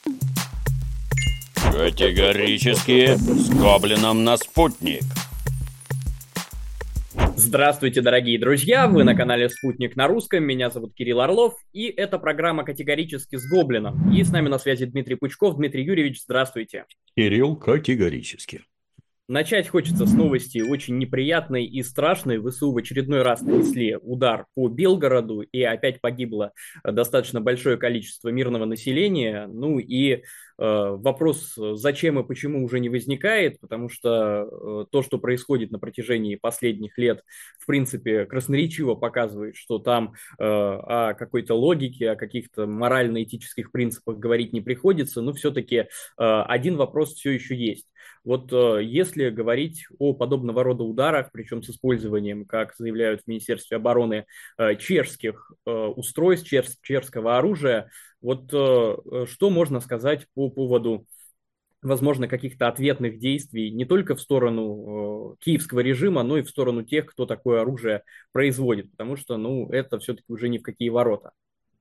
Категорически с Гоблином на спутник. Здравствуйте, дорогие друзья! Вы на канале «Спутник на русском». Меня зовут Кирилл Орлов, и это программа «Категорически с Гоблином». И с нами на связи Дмитрий Пучков. Дмитрий Юрьевич, здравствуйте. Кирилл, категорически. Начать хочется с новости очень неприятной и страшной. ВСУ в очередной раз нанесли удар по Белгороду, и опять погибло достаточно большое количество мирного населения. Ну и вопрос, зачем и почему, уже не возникает, потому что то, что происходит на протяжении последних лет, в принципе, красноречиво показывает, что там о какой-то логике, о каких-то морально-этических принципах говорить не приходится, но все-таки один вопрос все еще есть. Вот если говорить о подобного рода ударах, причем с использованием, как заявляют в Министерстве обороны, чешских устройств, чешского оружия, вот что можно сказать по поводу, возможно, каких-то ответных действий не только в сторону киевского режима, но и в сторону тех, кто такое оружие производит, потому что, ну, это все-таки уже ни в какие ворота.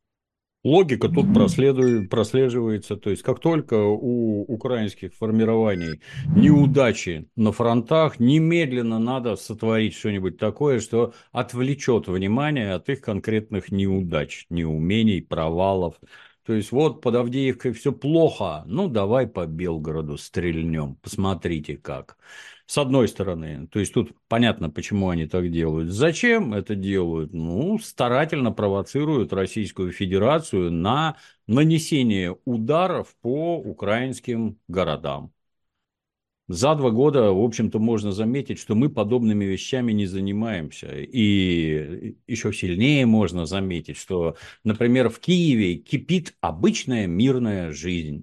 Логика тут прослеживается. То есть, как только у украинских формирований неудачи на фронтах, немедленно надо сотворить что-нибудь такое, что отвлечет внимание от их конкретных неудач, неумений, провалов. То есть, вот под Авдеевкой все плохо, ну давай по Белгороду стрельнем, посмотрите как. С одной стороны, то есть тут понятно, почему они так делают. Зачем это делают? Ну, старательно провоцируют Российскую Федерацию на нанесение ударов по украинским городам. За 2 года, в общем-то, можно заметить, что мы подобными вещами не занимаемся. И еще сильнее можно заметить, что, например, в Киеве кипит обычная мирная жизнь.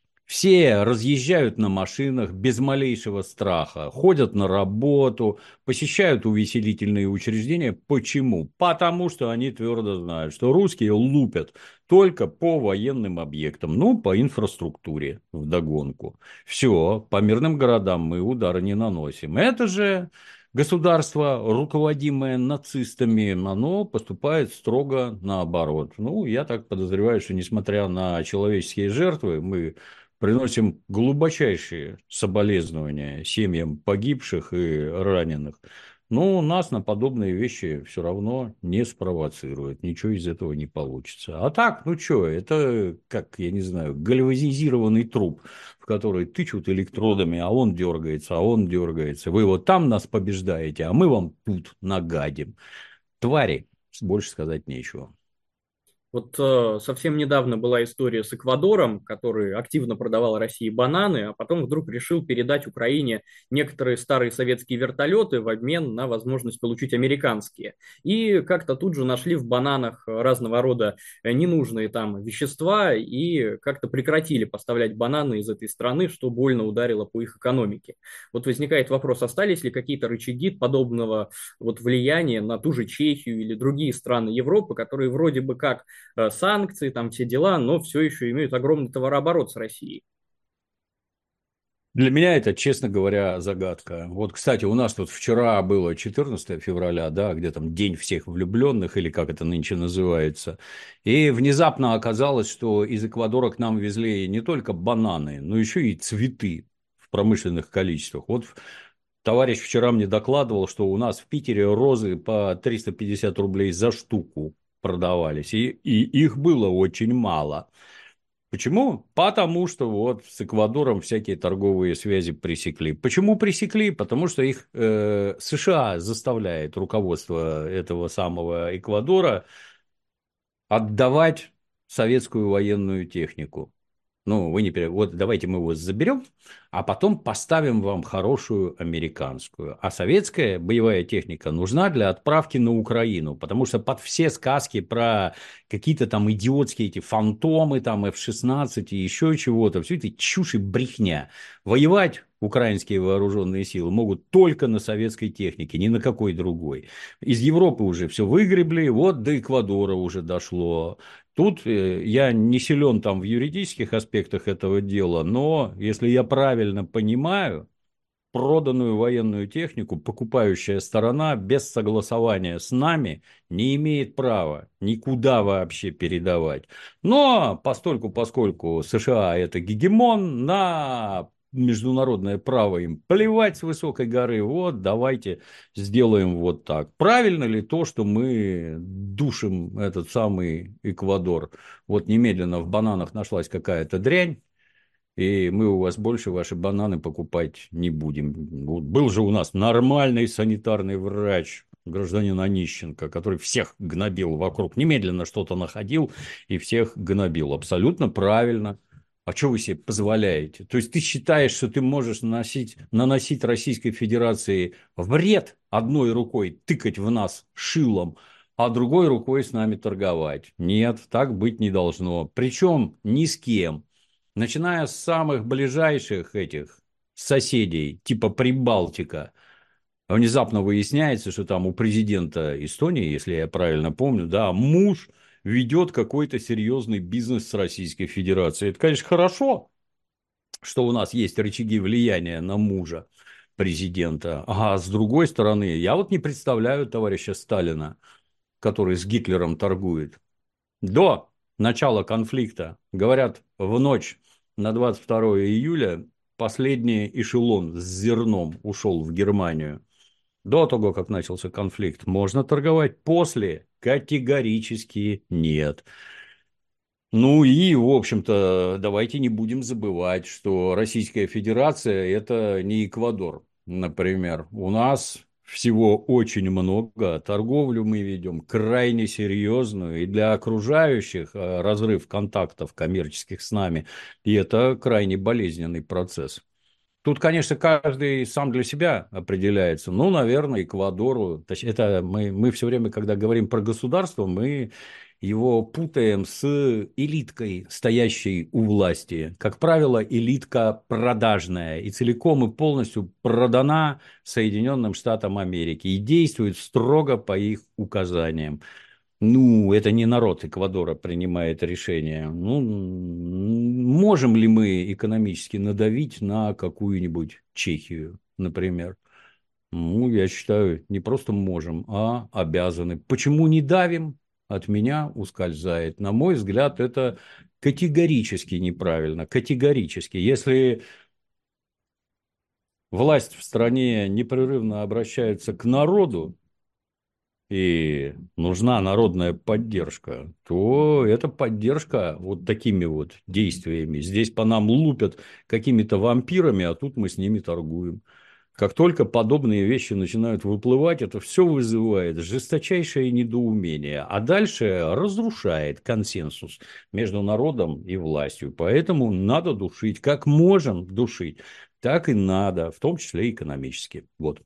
Все разъезжают на машинах без малейшего страха, ходят на работу, посещают увеселительные учреждения. Почему? Потому что они твердо знают, что русские лупят только по военным объектам, ну, по инфраструктуре вдогонку. Все, по мирным городам мы удары не наносим. Это же государство, руководимое нацистами, оно поступает строго наоборот. Ну, я так подозреваю, что несмотря на человеческие жертвы, мы приносим глубочайшие соболезнования семьям погибших и раненых. Но нас на подобные вещи все равно не спровоцируют. Ничего из этого не получится. А так, ну что, это как, я не знаю, гальванизированный труп, в который тычут электродами, а он дергается, а он дергается. Вы вот там нас побеждаете, а мы вам тут нагадим. Твари, больше сказать нечего. Вот совсем недавно была история с Эквадором, который активно продавал России бананы, а потом вдруг решил передать Украине некоторые старые советские вертолеты в обмен на возможность получить американские. И как-то тут же нашли в бананах разного рода ненужные там вещества и как-то прекратили поставлять бананы из этой страны, что больно ударило по их экономике. Вот возникает вопрос, остались ли какие-то рычаги подобного вот влияния на ту же Чехию или другие страны Европы, которые вроде бы как санкции, там все дела, но все еще имеют огромный товарооборот с Россией. Для меня это, честно говоря, загадка. Вот, кстати, у нас тут вчера было 14 февраля, да, где там День всех влюбленных, или как это нынче называется. И внезапно оказалось, что из Эквадора к нам везли не только бананы, но еще и цветы в промышленных количествах. Вот товарищ вчера мне докладывал, что у нас в Питере розы по 350 рублей за штуку продавались, и их было очень мало. Почему? Потому что вот с Эквадором всякие торговые связи пресекли. Почему пресекли? Потому что их США заставляет руководство этого самого Эквадора отдавать советскую военную технику. Ну, вы не вот давайте мы его заберем, а потом поставим вам хорошую американскую. А советская боевая техника нужна для отправки на Украину, потому что под все сказки про какие-то там идиотские эти фантомы, там F-16 и еще чего-то, все это чушь и брехня. Воевать украинские вооруженные силы могут только на советской технике, ни на какой другой. Из Европы уже все выгребли, вот до Эквадора уже дошло. Тут я не силен там в юридических аспектах этого дела, но если я правильно понимаю, проданную военную технику покупающая сторона без согласования с нами не имеет права никуда вообще передавать. Но поскольку США это гегемон, на международное право им плевать с высокой горы, вот давайте сделаем вот так. Правильно ли то, что мы душим этот самый Эквадор? Вот немедленно в бананах нашлась какая-то дрянь, и мы у вас больше ваши бананы покупать не будем. Вот был же у нас нормальный санитарный врач, гражданин Онищенко, который всех гнобил вокруг, немедленно что-то находил и всех гнобил. Абсолютно правильно. А что вы себе позволяете? То есть ты считаешь, что ты можешь наносить Российской Федерации вред одной рукой, тыкать в нас шилом, а другой рукой с нами торговать? Нет, так быть не должно. Причем ни с кем. Начиная с самых ближайших этих соседей, типа Прибалтика, внезапно выясняется, что там у президента Эстонии, если я правильно помню, да, муж ведет какой-то серьезный бизнес с Российской Федерацией. Это, конечно, хорошо, что у нас есть рычаги влияния на мужа президента. А с другой стороны, я вот не представляю товарища Сталина, который с Гитлером торгует. До начала конфликта, говорят, в ночь на 22 июля последний эшелон с зерном ушел в Германию. До того, как начался конфликт, можно торговать. После категорически нет. Ну и, в общем-то, давайте не будем забывать, что Российская Федерация – это не Эквадор, например. У нас всего очень много, торговлю мы ведем крайне серьезную, и для окружающих разрыв контактов коммерческих с нами, и это крайне болезненный процесс. Тут, конечно, каждый сам для себя определяется. Ну, наверное, Эквадору. Это мы все время, когда говорим про государство, мы его путаем с элиткой, стоящей у власти. Как правило, элитка продажная и целиком и полностью продана Соединенным Штатам Америки и действует строго по их указаниям. Ну, это не народ Эквадора принимает решение. Ну, можем ли мы экономически надавить на какую-нибудь Чехию, например? Ну, я считаю, не просто можем, а обязаны. Почему не давим? От меня ускользает. На мой взгляд, это категорически неправильно. Категорически. Если власть в стране непрерывно обращается к народу, и нужна народная поддержка, то эта поддержка вот такими вот действиями. Здесь по нам лупят какими-то вампирами, а тут мы с ними торгуем. Как только подобные вещи начинают выплывать, это все вызывает жесточайшее недоумение, а дальше разрушает консенсус между народом и властью. Поэтому надо душить, как можем душить, так и надо, в том числе и экономически. Вот.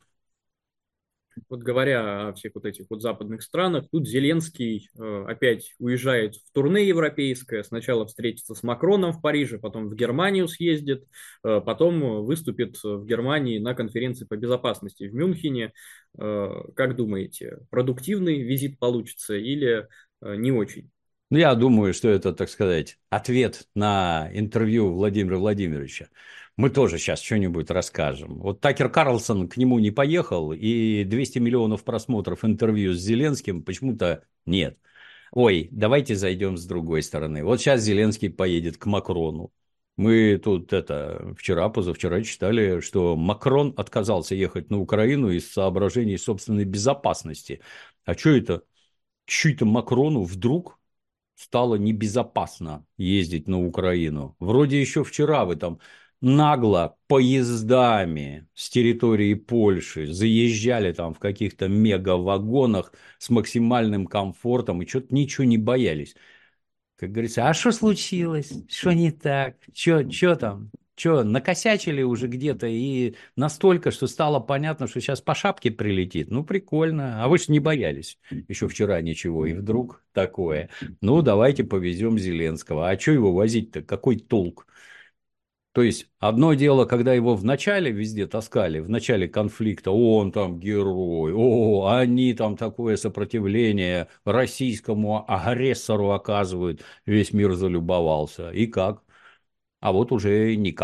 Вот говоря о всех вот этих вот западных странах, тут Зеленский опять уезжает в турне европейское, сначала встретится с Макроном в Париже, потом в Германию съездит, потом выступит в Германии на конференции по безопасности в Мюнхене. Как думаете, продуктивный визит получится или не очень? Ну, я думаю, что это, так сказать, ответ на интервью Владимира Владимировича. Мы тоже сейчас что-нибудь расскажем. Вот Такер Карлсон к нему не поехал, и 200 миллионов просмотров интервью с Зеленским почему-то нет. Ой, давайте зайдем с другой стороны. Вот сейчас Зеленский поедет к Макрону. Мы тут позавчера читали, что Макрон отказался ехать на Украину из соображений собственной безопасности. А что это? Чуть-то Макрону вдруг стало небезопасно ездить на Украину. Вроде еще вчера вы там нагло поездами с территории Польши заезжали там в каких-то мегавагонах с максимальным комфортом и что-то ничего не боялись. Как говорится, а что случилось? Что не так? Что там? Что, накосячили уже где-то и настолько, что стало понятно, что сейчас по шапке прилетит? Ну, прикольно. А вы же не боялись еще вчера ничего. И вдруг такое. Ну, давайте повезем Зеленского. А что его возить-то? Какой толк? То есть, одно дело, когда его в начале везде таскали, в начале конфликта, он там герой, они там такое сопротивление российскому агрессору оказывают, весь мир залюбовался. И как? А вот уже никак.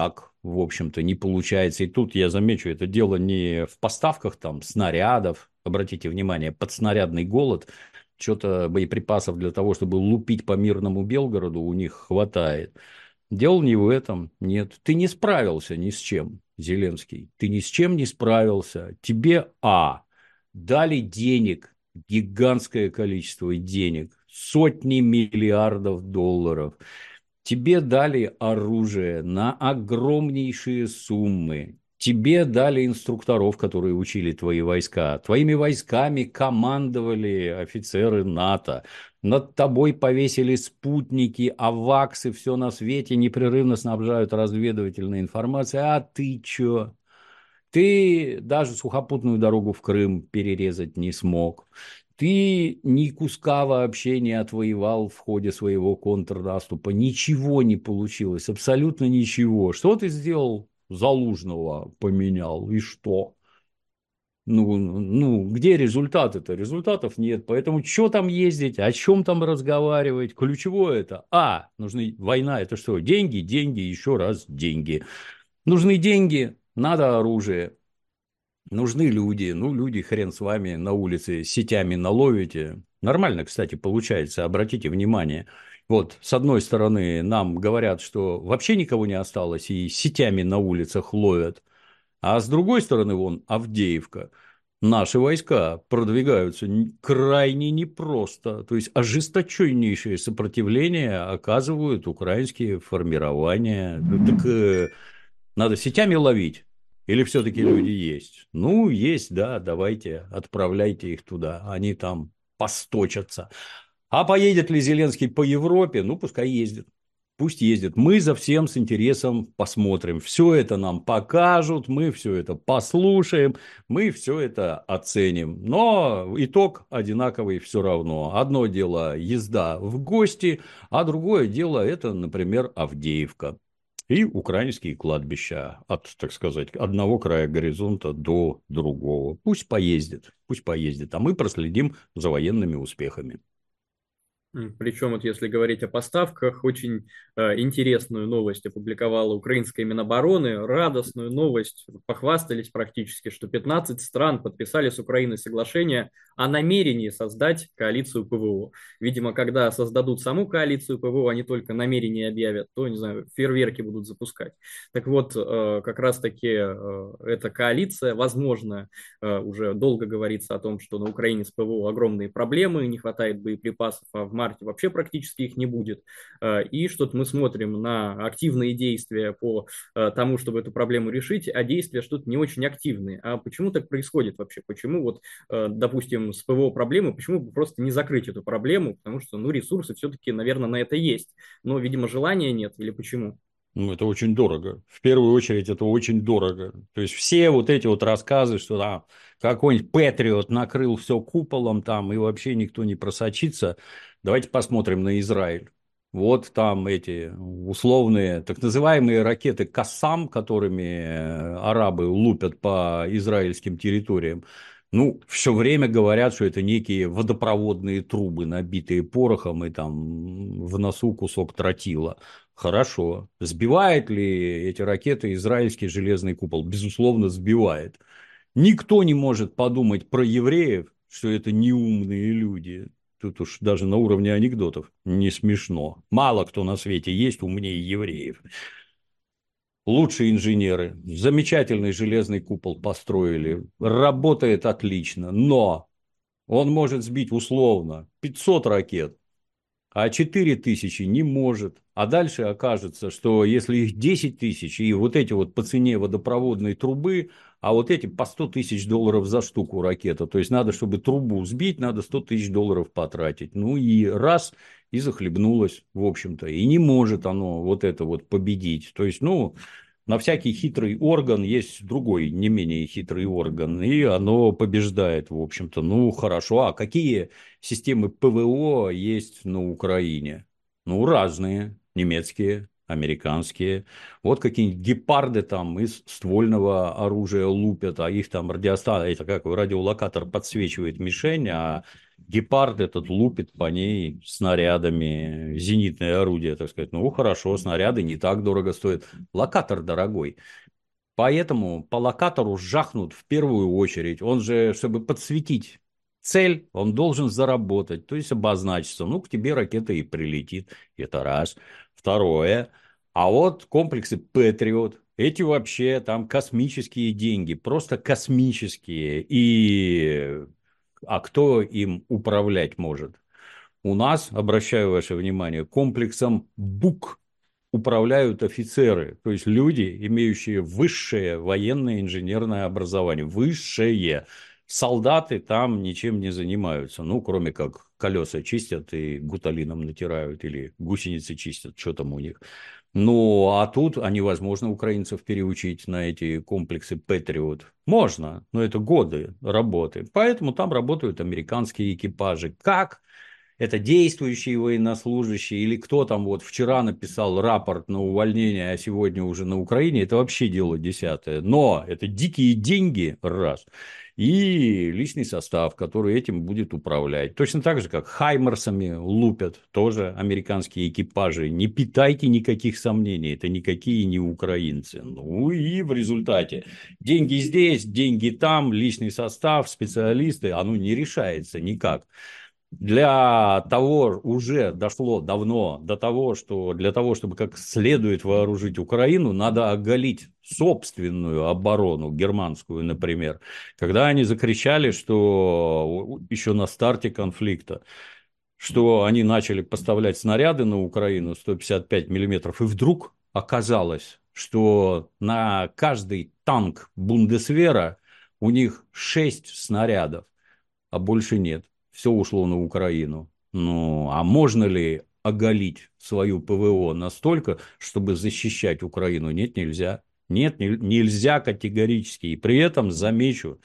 в общем-то, не получается. И тут я замечу, это дело не в поставках там снарядов, обратите внимание, подснарядный голод, что-то боеприпасов для того, чтобы лупить по мирному Белгороду, у них хватает. Дело не в этом, нет. Ты не справился ни с чем, Зеленский. Ты ни с чем не справился. Тебе, дали денег, гигантское количество денег, сотни миллиардов долларов. Тебе дали оружие на огромнейшие суммы. Тебе дали инструкторов, которые учили твои войска. Твоими войсками командовали офицеры НАТО. Над тобой повесили спутники, аваксы, все на свете непрерывно снабжают разведывательной информацией. А ты чё? Ты даже сухопутную дорогу в Крым перерезать не смог. Ты ни куска вообще не отвоевал в ходе своего контрнаступа. Ничего не получилось, абсолютно ничего. Что ты сделал? Залужного поменял. И что? Где результаты-то? Результатов нет. Поэтому что там ездить, о чем там разговаривать? Ключевое это, нужны война, это что? Деньги, деньги, еще раз деньги. Нужны деньги, надо оружие. Нужны люди. Ну, люди, хрен с вами, на улице сетями наловите. Нормально, кстати, получается, обратите внимание. Вот, с одной стороны, нам говорят, что вообще никого не осталось, и сетями на улицах ловят. А с другой стороны, вон, Авдеевка. Наши войска продвигаются крайне непросто. То есть, ожесточеннейшее сопротивление оказывают украинские формирования. Так надо сетями ловить. Или все-таки люди есть? Ну, есть, да, давайте, отправляйте их туда, они там посточатся. А поедет ли Зеленский по Европе? Ну, пускай ездит. Пусть ездит. Мы за всем с интересом посмотрим. Все это нам покажут, мы все это послушаем, мы все это оценим. Но итог одинаковый все равно. Одно дело езда в гости, а другое дело это, например, Авдеевка. И украинские кладбища от, так сказать, одного края горизонта до другого. Пусть поездит, а мы проследим за военными успехами. Причем, вот если говорить о поставках, очень интересную новость опубликовала украинская Минобороны, радостную новость, похвастались практически, что 15 стран подписали с Украиной соглашение о намерении создать коалицию ПВО. Видимо, когда создадут саму коалицию ПВО, они только намерение объявят, то, не знаю, фейерверки будут запускать. Так вот, как раз-таки эта коалиция, возможно, уже долго говорится о том, что на Украине с ПВО огромные проблемы, не хватает боеприпасов, а в марте вообще практически их не будет. И что-то мы смотрим на активные действия по тому, чтобы эту проблему решить, а действия что-то не очень активные. А почему так происходит вообще? Почему вот, допустим, с ПВО проблемы, почему бы просто не закрыть эту проблему? Потому что, ну, ресурсы все-таки, наверное, на это есть. Но, видимо, желания нет или почему? Ну, это очень дорого. В первую очередь, это очень дорого. То есть, все вот эти вот рассказы, что там какой-нибудь Патриот накрыл все куполом там, и вообще никто не просочится. Давайте посмотрим на Израиль. Вот там эти условные, так называемые ракеты «Кассам», которыми арабы лупят по израильским территориям. Ну, все время говорят, что это некие водопроводные трубы, набитые порохом, и там в носу кусок тротила. Хорошо. Сбивает ли эти ракеты израильский железный купол? Безусловно, сбивает. Никто не может подумать про евреев, что это неумные люди. Тут уж даже на уровне анекдотов не смешно. Мало кто на свете есть умнее евреев. Лучшие инженеры. Замечательный железный купол построили. Работает отлично. Но он может сбить условно 500 ракет, а 4000 не может. А дальше окажется, что если их 10 тысяч, и вот эти вот по цене водопроводной трубы, а вот эти по 100 тысяч долларов за штуку ракета. То есть, надо, чтобы трубу сбить, надо 100 тысяч долларов потратить. Ну и раз, и захлебнулось, в общем-то. И не может оно вот это вот победить. То есть, на всякий хитрый орган есть другой, не менее хитрый орган, и оно побеждает, в общем-то. Ну, хорошо, а какие системы ПВО есть на Украине? Ну, разные, немецкие, американские. Вот какие-нибудь гепарды там из ствольного оружия лупят, а их там радиостанция, это как радиолокатор подсвечивает мишень, а Гепард этот лупит по ней снарядами, зенитное орудие, так сказать. Ну, хорошо, снаряды не так дорого стоят. Локатор дорогой. Поэтому по локатору жахнут в первую очередь. Он же, чтобы подсветить цель, он должен заработать, то есть обозначиться. Ну, к тебе ракета и прилетит. Это раз. Второе. А вот комплексы Патриот, эти вообще там космические деньги, просто космические. А кто им управлять может? У нас, обращаю ваше внимание, комплексом БУК управляют офицеры, то есть люди, имеющие высшее военное инженерное образование, высшее. Солдаты там ничем не занимаются, ну, кроме как колеса чистят и гуталином натирают, или гусеницы чистят, что там у них. Ну, а тут, а невозможно украинцев переучить на эти комплексы Patriot. Можно, но это годы работы. Поэтому там работают американские экипажи. Как? Это действующие военнослужащие или кто там вот вчера написал рапорт на увольнение, а сегодня уже на Украине, это вообще дело десятое. Но это дикие деньги, раз, и личный состав, который этим будет управлять. Точно так же, как Хаймерсами лупят тоже американские экипажи. Не питайте никаких сомнений, это никакие не украинцы. Ну и в результате деньги здесь, деньги там, личный состав, специалисты, оно не решается никак. Для того уже дошло давно до того, что для того, чтобы как следует вооружить Украину, надо оголить собственную оборону, германскую, например. Когда они закричали, что еще на старте конфликта, что они начали поставлять снаряды на Украину 155 миллиметров, и вдруг оказалось, что на каждый танк Бундесвера у них 6 снарядов, а больше нет. Все ушло на Украину. Ну, а можно ли оголить свою ПВО настолько, чтобы защищать Украину? Нет, нельзя. Нет, нельзя категорически. И при этом замечу,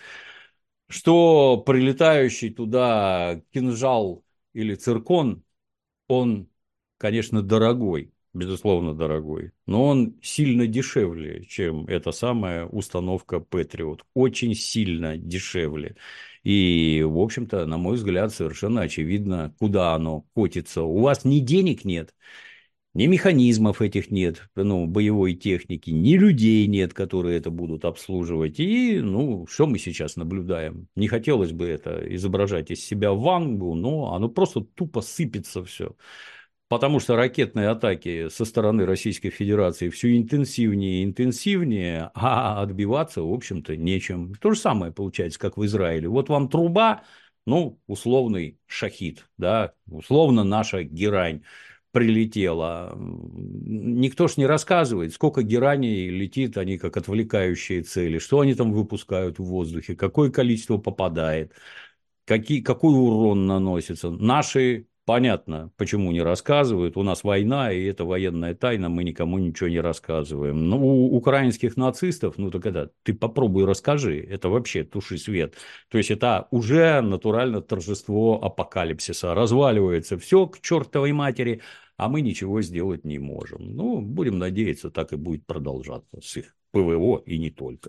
что прилетающий туда кинжал или циркон, он, конечно, дорогой, безусловно, дорогой, но он сильно дешевле, чем эта самая установка Patriot. Очень сильно дешевле. И, в общем-то, на мой взгляд, совершенно очевидно, куда оно котится. У вас ни денег нет, ни механизмов этих нет, ну, боевой техники, ни людей нет, которые это будут обслуживать. И, ну, что мы сейчас наблюдаем? Не хотелось бы это изображать из себя вангу, но оно просто тупо сыпется все. Потому что ракетные атаки со стороны Российской Федерации все интенсивнее и интенсивнее, а отбиваться, в общем-то, нечем. То же самое получается, как в Израиле. Вот вам труба, ну, условный шахид, да, условно наша герань прилетела. Никто ж не рассказывает, сколько гераней летит, они как отвлекающие цели, что они там выпускают в воздухе, какое количество попадает, какой урон наносится. Наши, понятно, почему не рассказывают. У нас война, и это военная тайна, мы никому ничего не рассказываем. Но у украинских нацистов, ну так это, ты попробуй расскажи, это вообще туши свет. То есть это уже натурально торжество апокалипсиса. Разваливается все к чертовой матери, а мы ничего сделать не можем. Ну, будем надеяться, так и будет продолжаться с их ПВО и не только.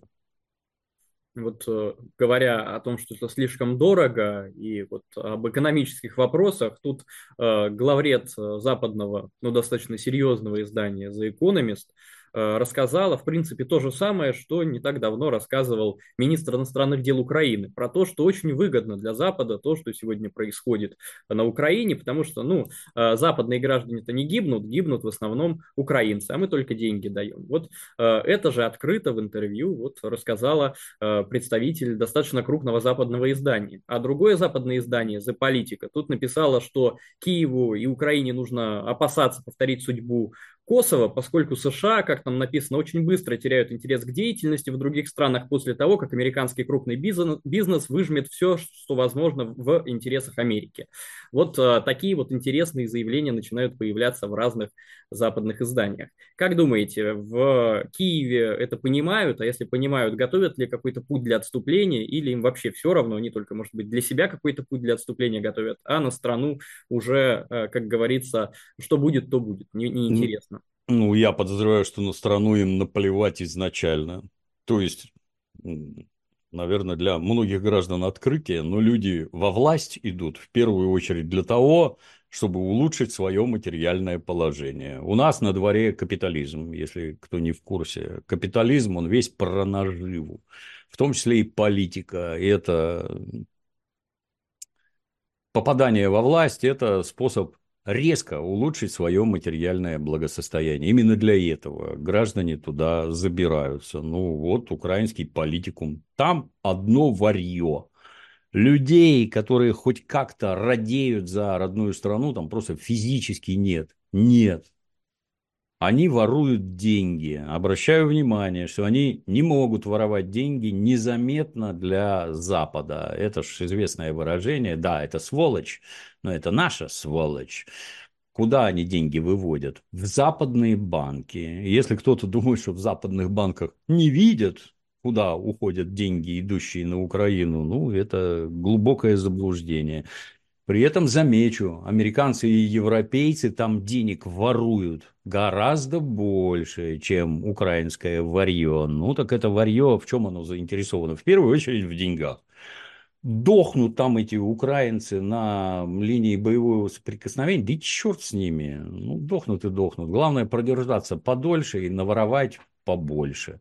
Вот говоря о том, что это слишком дорого, и вот об экономических вопросах, тут главред западного, но достаточно серьезного издания The Economist рассказала, в принципе, то же самое, что не так давно рассказывал министр иностранных дел Украины, про то, что очень выгодно для Запада то, что сегодня происходит на Украине, потому что, ну, западные граждане-то не гибнут, гибнут в основном украинцы, а мы только деньги даем. Вот это же открыто в интервью вот рассказала представитель достаточно крупного западного издания. А другое западное издание, The Politica, тут написало, что Киеву и Украине нужно опасаться повторить судьбу Косово, поскольку США, как там написано, очень быстро теряют интерес к деятельности в других странах после того, как американский крупный бизнес выжмет все, что возможно в интересах Америки. Вот такие вот интересные заявления начинают появляться в разных западных изданиях. Как думаете, в Киеве это понимают, а если понимают, готовят ли какой-то путь для отступления, или им вообще все равно, они только, может быть, для себя какой-то путь для отступления готовят, а на страну уже, как говорится, что будет, то будет, неинтересно. Ну, я подозреваю, что на страну им наплевать изначально. То есть, наверное, для многих граждан открытие, но люди во власть идут в первую очередь для того, чтобы улучшить свое материальное положение. У нас на дворе капитализм, если кто не в курсе. Капитализм, он весь про наживу, в том числе и политика. И это попадание во власть – это способ резко улучшить свое материальное благосостояние. Именно для этого граждане туда забираются. Ну, вот украинский политикум. Там одно варье. Людей, которые хоть как-то радеют за родную страну, там просто физически нет. Нет. Они воруют деньги. Обращаю внимание, что они не могут воровать деньги незаметно для Запада. Это же известное выражение. Да, это сволочь, но это наша сволочь. Куда они деньги выводят? В западные банки. Если кто-то думает, что в западных банках не видят, куда уходят деньги, идущие на Украину, ну, это глубокое заблуждение. При этом замечу, американцы и европейцы там денег воруют гораздо больше, чем украинское варье. Ну, так это варье, в чем оно заинтересовано? В первую очередь в деньгах. Дохнут там эти украинцы на линии боевого соприкосновения, да и черт с ними. Ну, дохнут и дохнут. Главное продержаться подольше и наворовать побольше.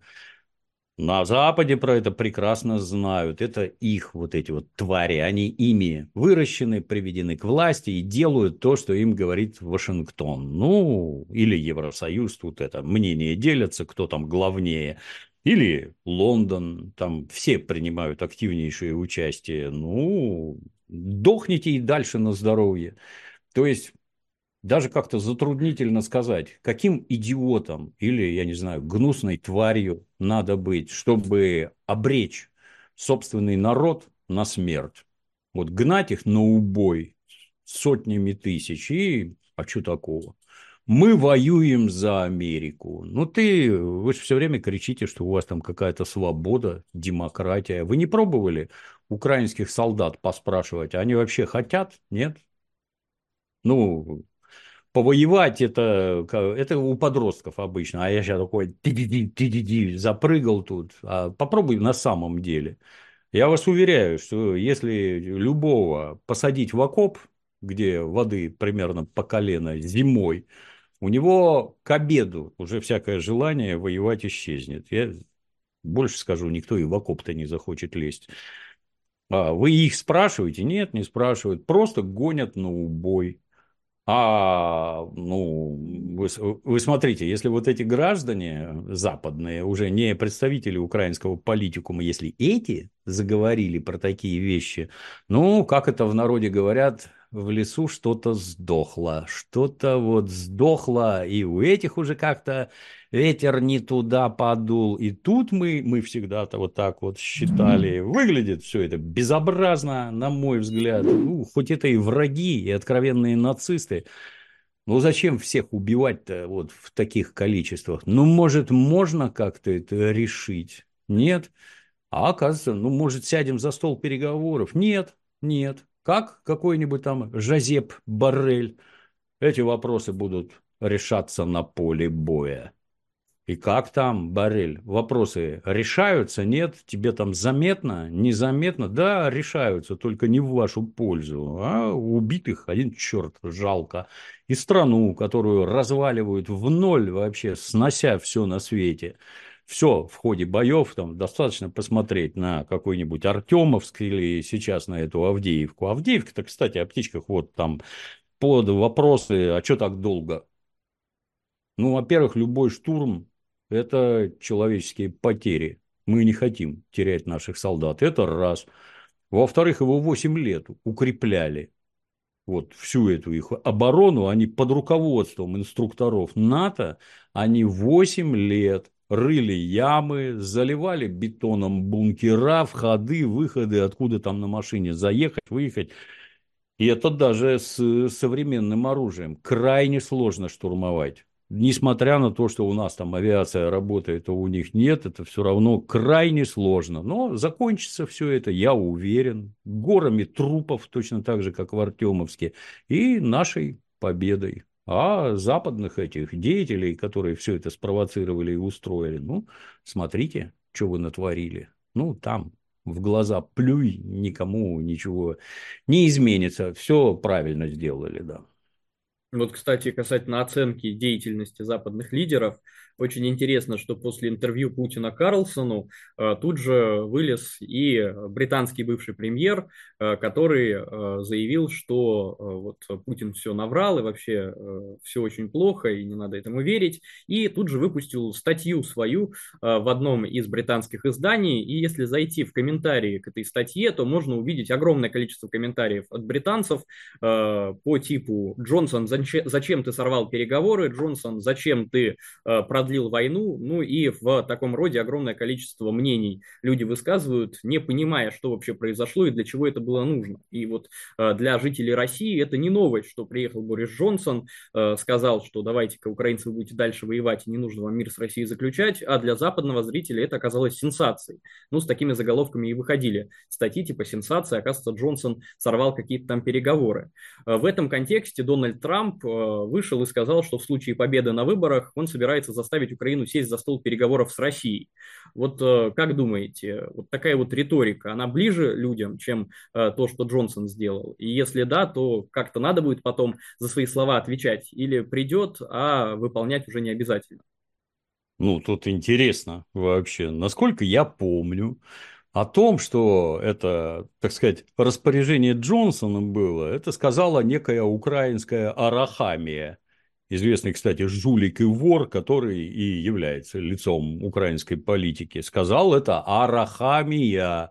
На Западе про это прекрасно знают. Это их вот эти вот твари. Они ими выращены, приведены к власти и делают то, что им говорит Вашингтон. Ну, или Евросоюз. Тут это мнение делятся, кто там главнее. Или Лондон. Там все принимают активнейшее участие. Ну, дохните и дальше на здоровье. То есть даже как-то затруднительно сказать, каким идиотом или, я не знаю, гнусной тварью надо быть, чтобы обречь собственный народ на смерть. Вот гнать их на убой сотнями тысяч, и а что такого? Мы воюем за Америку. Ну, вы же все время кричите, что у вас там какая-то свобода, демократия. Вы не пробовали украинских солдат поспрашивать, они вообще хотят? Нет? Ну, повоевать это у подростков обычно, а я сейчас такой запрыгал тут. А попробуй на самом деле. Я вас уверяю, что если любого посадить в окоп, где воды примерно по колено зимой, у него к обеду уже всякое желание воевать исчезнет. Я больше скажу, никто и в окоп-то не захочет лезть. А вы их спрашиваете? Нет, не спрашивают. Просто гонят на убой. Вы смотрите, если вот эти граждане западные, уже не представители украинского политикума, если эти заговорили про такие вещи, ну, как это в народе говорят, в лесу что-то вот сдохло, и у этих уже как-то ветер не туда подул, и тут мы всегда-то вот так вот считали, выглядит все это безобразно, на мой взгляд, ну, хоть это и враги, и откровенные нацисты, ну, зачем всех убивать-то вот в таких количествах? Ну, может, можно как-то это решить? Нет. А оказывается, ну, может, сядем за стол переговоров? Нет, нет. Как какой-нибудь там Жозеп Боррель? Эти вопросы будут решаться на поле боя. И как там, Барель? Вопросы решаются, нет? Тебе там заметно, незаметно? Да, решаются, только не в вашу пользу. А убитых один черт жалко. И страну, которую разваливают в ноль вообще, снося все на свете. Все в ходе боев, там достаточно посмотреть на какой-нибудь Артемовск или сейчас на эту Авдеевку. Авдеевка-то, кстати, о птичках вот там под вопросы, а что так долго? Ну, во-первых, любой штурм – это человеческие потери. Мы не хотим терять наших солдат. Это раз. Во-вторых, его 8 лет укрепляли. Вот всю эту их оборону, они под руководством инструкторов НАТО, они 8 лет рыли ямы, заливали бетоном бункера, входы, выходы, откуда там на машине заехать, выехать. И это даже с современным оружием крайне сложно штурмовать. Несмотря на то, что у нас там авиация работает, а у них нет, это все равно крайне сложно. Но закончится все это, я уверен, горами трупов, точно так же, как в Артемовске, и нашей победой. А западных этих деятелей, которые все это спровоцировали и устроили, ну, смотрите, что вы натворили. Ну, там в глаза плюй, никому ничего не изменится. Все правильно сделали, да. Вот, кстати, касательно оценки деятельности западных лидеров, очень интересно, что после интервью Путина Карлсону тут же вылез и британский бывший премьер, который заявил, что вот Путин все наврал и вообще все очень плохо и не надо этому верить, и тут же выпустил статью свою в одном из британских изданий, и если зайти в комментарии к этой статье, то можно увидеть огромное количество комментариев от британцев, по типу «Джонсон, зачем ты сорвал переговоры? Джонсон, зачем ты продлил войну?» Ну и в таком роде огромное количество мнений люди высказывают, не понимая, что вообще произошло и для чего это было нужно. И вот для жителей России это не новость, что приехал Борис Джонсон, сказал, что давайте-ка, украинцы, вы будете дальше воевать, и не нужно вам мир с Россией заключать, а для западного зрителя это оказалось сенсацией. Ну, с такими заголовками и выходили статьи типа «Сенсация», оказывается, Джонсон сорвал какие-то там переговоры. В этом контексте Дональд Трамп вышел и сказал, что в случае победы на выборах он собирается заставить Украину сесть за стол переговоров с Россией. Вот как думаете, вот такая вот риторика, она ближе людям, чем то, что Джонсон сделал? И если да, то как-то надо будет потом за свои слова отвечать или придет, а выполнять уже не обязательно? Ну, тут интересно вообще. Насколько я помню, о том, что это, так сказать, распоряжение Джонсона было, это сказала некая украинская Арахамия. Известный, кстати, жулик и вор, который и является лицом украинской политики. Сказал это Арахамия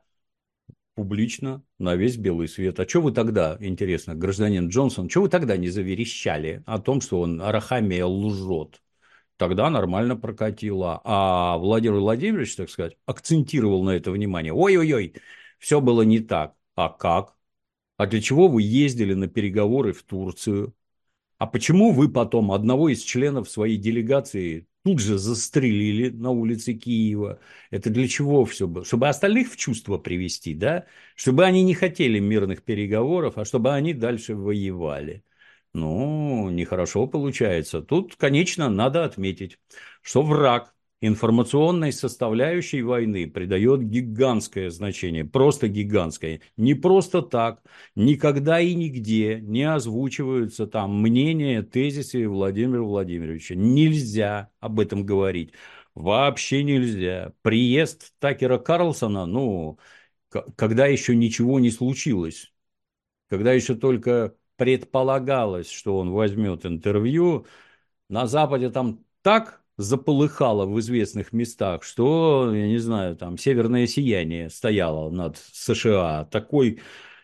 публично на весь белый свет. А что вы тогда, интересно, гражданин Джонсон, что вы тогда не заверещали о том, что он Арахамия лжет? Тогда нормально прокатило. А Владимир Владимирович, так сказать, акцентировал на это внимание. Ой-ой-ой, все было не так. А как? А для чего вы ездили на переговоры в Турцию? А почему вы потом одного из членов своей делегации тут же застрелили на улице Киева? Это для чего все было? Чтобы остальных в чувство привести, да? Чтобы они не хотели мирных переговоров, а чтобы они дальше воевали. Ну, нехорошо получается. Тут, конечно, надо отметить, что враг информационной составляющей войны придает гигантское значение, просто гигантское. Не просто так, никогда и нигде не озвучиваются там мнения, тезисы Владимира Владимировича. Нельзя об этом говорить. Вообще нельзя. Приезд Такера Карлсона, ну, когда еще ничего не случилось, когда еще только предполагалось, что он возьмет интервью, на Западе там так заполыхало в известных местах, что, я не знаю, там северное сияние стояло над США. Такой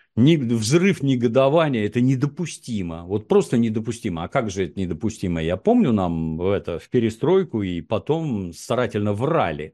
взрыв негодования, это недопустимо. Вот просто недопустимо. А как же это недопустимо? Я помню, нам в перестройку и потом старательно врали,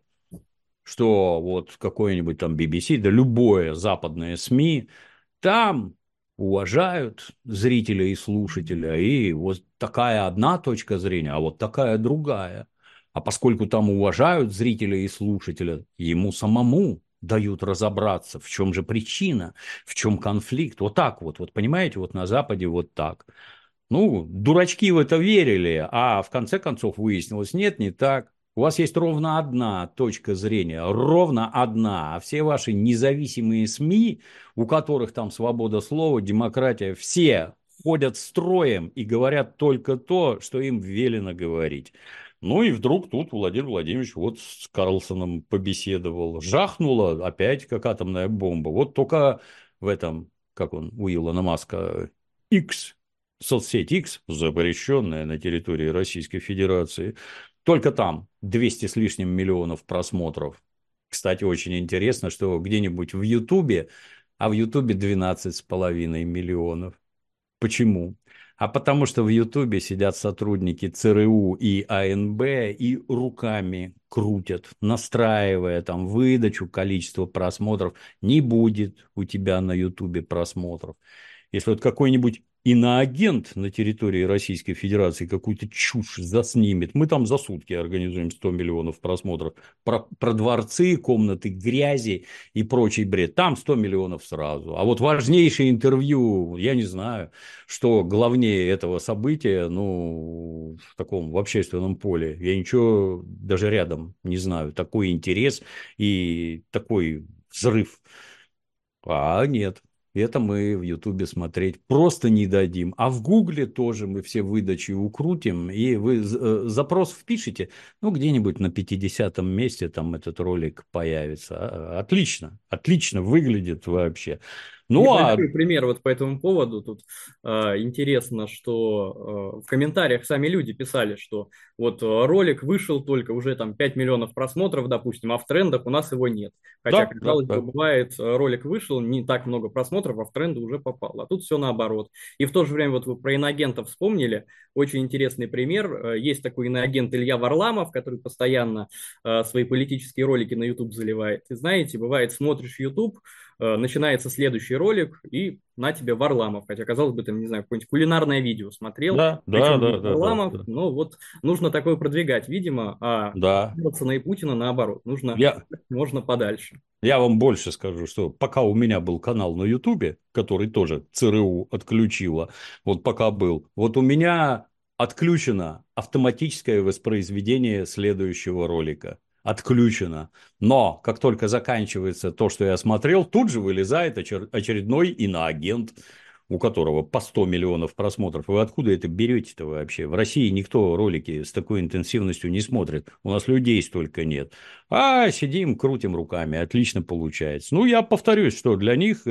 что вот какой-нибудь там BBC, да любое западное СМИ, там уважают зрителя и слушателя, и вот такая одна точка зрения, а вот такая другая. А поскольку там уважают зрителя и слушателя, ему самому дают разобраться, в чем же причина, в чем конфликт. Вот так вот, вот понимаете, вот на Западе вот так. Ну, дурачки в это верили, а в конце концов выяснилось, нет, не так. У вас есть ровно одна точка зрения, ровно одна, а все ваши независимые СМИ, у которых там свобода слова, демократия, все ходят строем и говорят только то, что им велено говорить. Ну и вдруг тут Владимир Владимирович вот с Карлсоном побеседовал. Жахнула опять как атомная бомба. Вот только в этом, как он, у Илона Маска, X, соцсеть X, запрещенная на территории Российской Федерации, только там 200 с лишним миллионов просмотров. Кстати, очень интересно, что где-нибудь в Ютубе, а в Ютубе 12,5 миллионов. Почему? А потому что в Ютубе сидят сотрудники ЦРУ и АНБ и руками крутят, настраивая там выдачу, количество просмотров. Не будет у тебя на Ютубе просмотров. Если вот какой-нибудь иноагент на территории Российской Федерации какую-то чушь заснимет, мы там за сутки организуем 100 миллионов просмотров. Про дворцы, комнаты грязи и прочий бред. Там 100 миллионов сразу. А вот важнейшее интервью, я не знаю, что главнее этого события, ну, в таком, в общественном поле. Я ничего даже рядом не знаю. Такой интерес и такой взрыв. А нет, это мы в Ютубе смотреть просто не дадим. А в Гугле тоже мы все выдачи укрутим, и вы запрос впишите, ну, где-нибудь на 50-м месте там этот ролик появится. Отлично, отлично выглядит вообще. Ну, а Небольшой пример вот по этому поводу. Тут интересно, что в комментариях сами люди писали, что вот ролик вышел только уже там 5 миллионов просмотров, допустим, а в трендах у нас его нет. Хотя, да, да, казалось бы, да. бывает, ролик вышел, не так много просмотров, а в тренды уже попал. А тут все наоборот. И в то же время вот вы про иноагентов вспомнили. Очень интересный пример. Есть такой иноагент Илья Варламов, который постоянно свои политические ролики на YouTube заливает. И знаете, бывает, смотришь YouTube, начинается следующий ролик, и на тебе Варламов. Хотя, казалось бы, ты, не знаю, какое-нибудь кулинарное видео смотрел, Да, да, причем да, здесь да, да, Варламов, да. но вот нужно такое продвигать, видимо, а Да. Ельцина и Путина наоборот. Нужно Я, можно подальше. я вам больше скажу, что пока у меня был канал на Ютубе, который тоже ЦРУ отключила, вот пока был, вот у меня отключено автоматическое воспроизведение следующего ролика. Отключено. Но как только заканчивается то, что я смотрел, тут же вылезает очередной иноагент, у которого по 100 миллионов просмотров. Вы откуда это берете-то вообще? В России никто ролики с такой интенсивностью не смотрит. У нас людей столько нет. А сидим, крутим руками, отлично получается. Ну, я повторюсь, что для них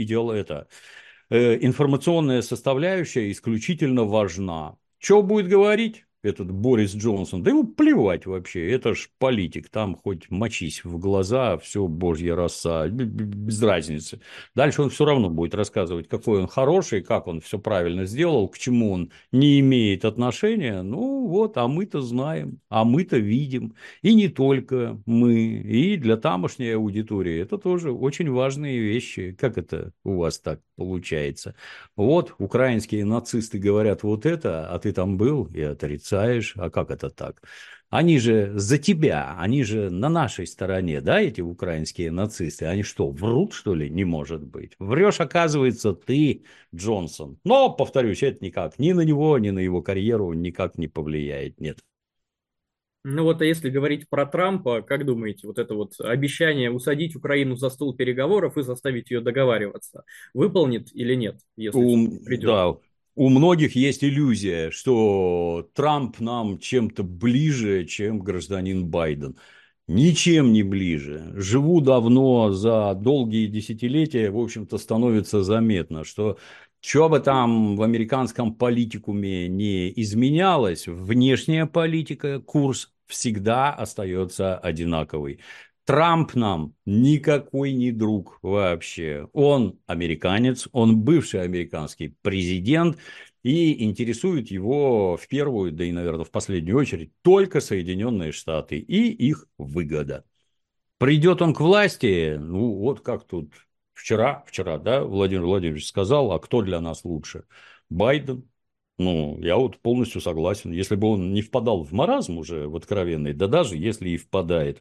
информационная составляющая исключительно важна. Что будет говорить этот Борис Джонсон? Да ему плевать вообще, это ж политик, там хоть мочись в глаза, все божья роса, без разницы. Дальше он все равно будет рассказывать, какой он хороший, как он все правильно сделал, к чему он не имеет отношения. Ну вот, а мы-то знаем, а мы-то видим. И не только мы, и для тамошней аудитории это тоже очень важные вещи. Как это у вас так получается? Вот, украинские нацисты говорят вот это, а ты там был и отрицаешь. А как это так? Они же за тебя, они же на нашей стороне, да, эти украинские нацисты? Они что, врут, что ли? Не может быть. Врешь, оказывается, ты, Джонсон. Но, повторюсь, это никак ни на него, ни на его карьеру никак не повлияет. Нет. Ну вот, а если говорить про Трампа, как думаете, вот это вот обещание усадить Украину за стол переговоров и заставить ее договариваться, выполнит или нет, если все-таки придет? Да, у многих есть иллюзия, что Трамп нам чем-то ближе, чем гражданин Байден. Ничем не ближе. Живу давно, за долгие десятилетия, в общем-то, становится заметно, что бы там в американском политикуме не изменялось, внешняя политика, курс всегда остается одинаковый. Трамп нам никакой не друг вообще. Он американец, он бывший американский президент, и интересует его в первую, да и, наверное, в последнюю очередь, только Соединенные Штаты и их выгода. Придет он к власти, ну вот как тут вчера, да, Владимир Владимирович сказал, а кто для нас лучше? Байден. Ну, я вот полностью согласен. Если бы он не впадал в маразм уже в откровенный, да даже если и впадает,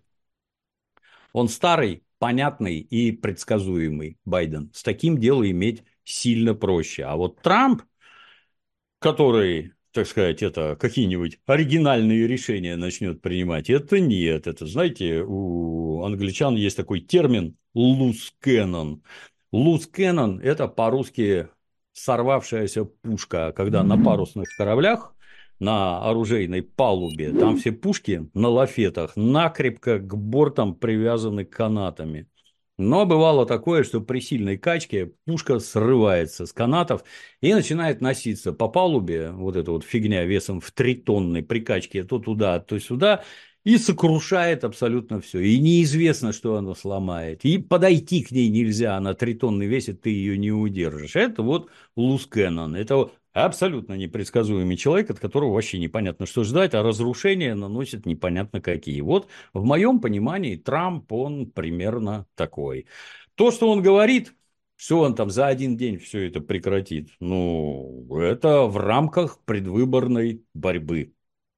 он старый, понятный и предсказуемый Байден. С таким дело иметь сильно проще. А вот Трамп, который, так сказать, это какие-нибудь оригинальные решения начнет принимать, это нет. Это, знаете, у англичан есть такой термин loose cannon. Loose cannon – это по-русски сорвавшаяся пушка, когда на парусных кораблях на оружейной палубе, там все пушки на лафетах накрепко к бортам привязаны канатами. Но бывало такое, что при сильной качке пушка срывается с канатов и начинает носиться по палубе, вот эта вот фигня весом в 3 тонны при качке то туда, то сюда, и сокрушает абсолютно все. И неизвестно, что она сломает. И подойти к ней нельзя, она 3 тонны весит, ты ее не удержишь. Это вот Луз Кэннон. Это вот абсолютно непредсказуемый человек, от которого вообще непонятно, что ждать, а разрушения наносит непонятно какие. Вот в моем понимании Трамп, он примерно такой. То, что он говорит, все он там за один день все это прекратит, ну, это в рамках предвыборной борьбы.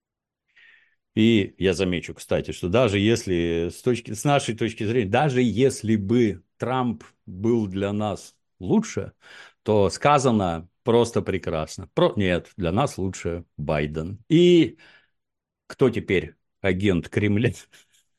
И я замечу, кстати, что даже если с нашей точки зрения, даже если бы Трамп был для нас лучше, то сказано просто прекрасно. Нет, для нас лучше Байден. И кто теперь агент Кремля?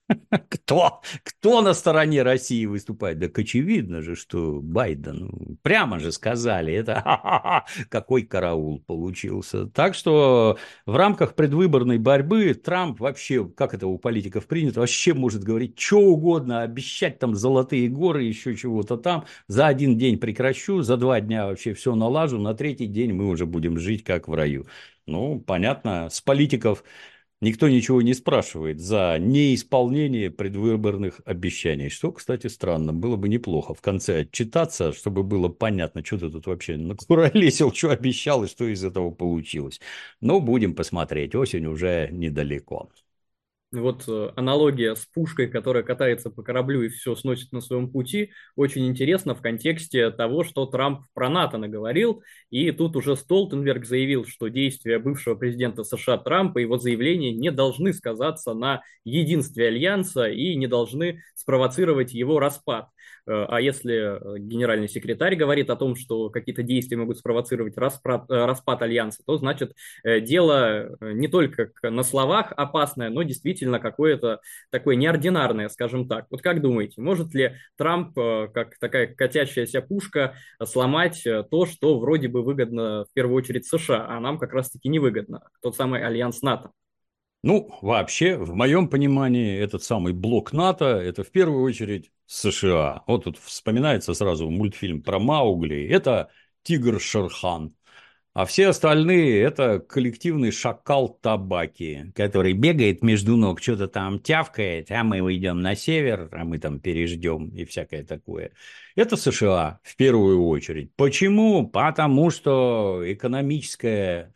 Кто на стороне России выступает? Так очевидно же, что Байден. Прямо же сказали. Это какой караул получился. Так что в рамках предвыборной борьбы Трамп вообще, как это у политиков принято, вообще может говорить что угодно, обещать там золотые горы, еще чего-то там. За один день прекращу, за 2 дня вообще все налажу, на третий день мы уже будем жить как в раю. Ну, понятно, с политиков никто ничего не спрашивает за неисполнение предвыборных обещаний. Что, кстати, странно. Было бы неплохо в конце отчитаться, чтобы было понятно, что ты тут вообще накуролесил, что обещал и что из этого получилось. Но будем посмотреть. Осень уже недалеко. Вот аналогия с пушкой, которая катается по кораблю и все сносит на своем пути, очень интересно в контексте того, что Трамп про НАТО наговорил. И тут уже Столтенберг заявил, что действия бывшего президента США Трампа и его заявления не должны сказаться на единстве Альянса и не должны спровоцировать его распад. А если генеральный секретарь говорит о том, что какие-то действия могут спровоцировать распад Альянса, то значит дело не только на словах опасное, но действительно какое-то такое неординарное, скажем так. Вот как думаете, может ли Трамп, как такая катящаяся пушка, сломать то, что вроде бы выгодно в первую очередь США, а нам как раз-таки невыгодно, тот самый альянс НАТО? Ну, вообще, в моем понимании, этот самый блок НАТО – это в первую очередь США. Вот тут вспоминается сразу мультфильм про Маугли. Это тигр Шерхан. А все остальные – это коллективный шакал табаки, который бегает между ног, что-то там тявкает, а мы уйдем на север, а мы там переждем и всякое такое. Это США в первую очередь. Почему? Потому что экономическое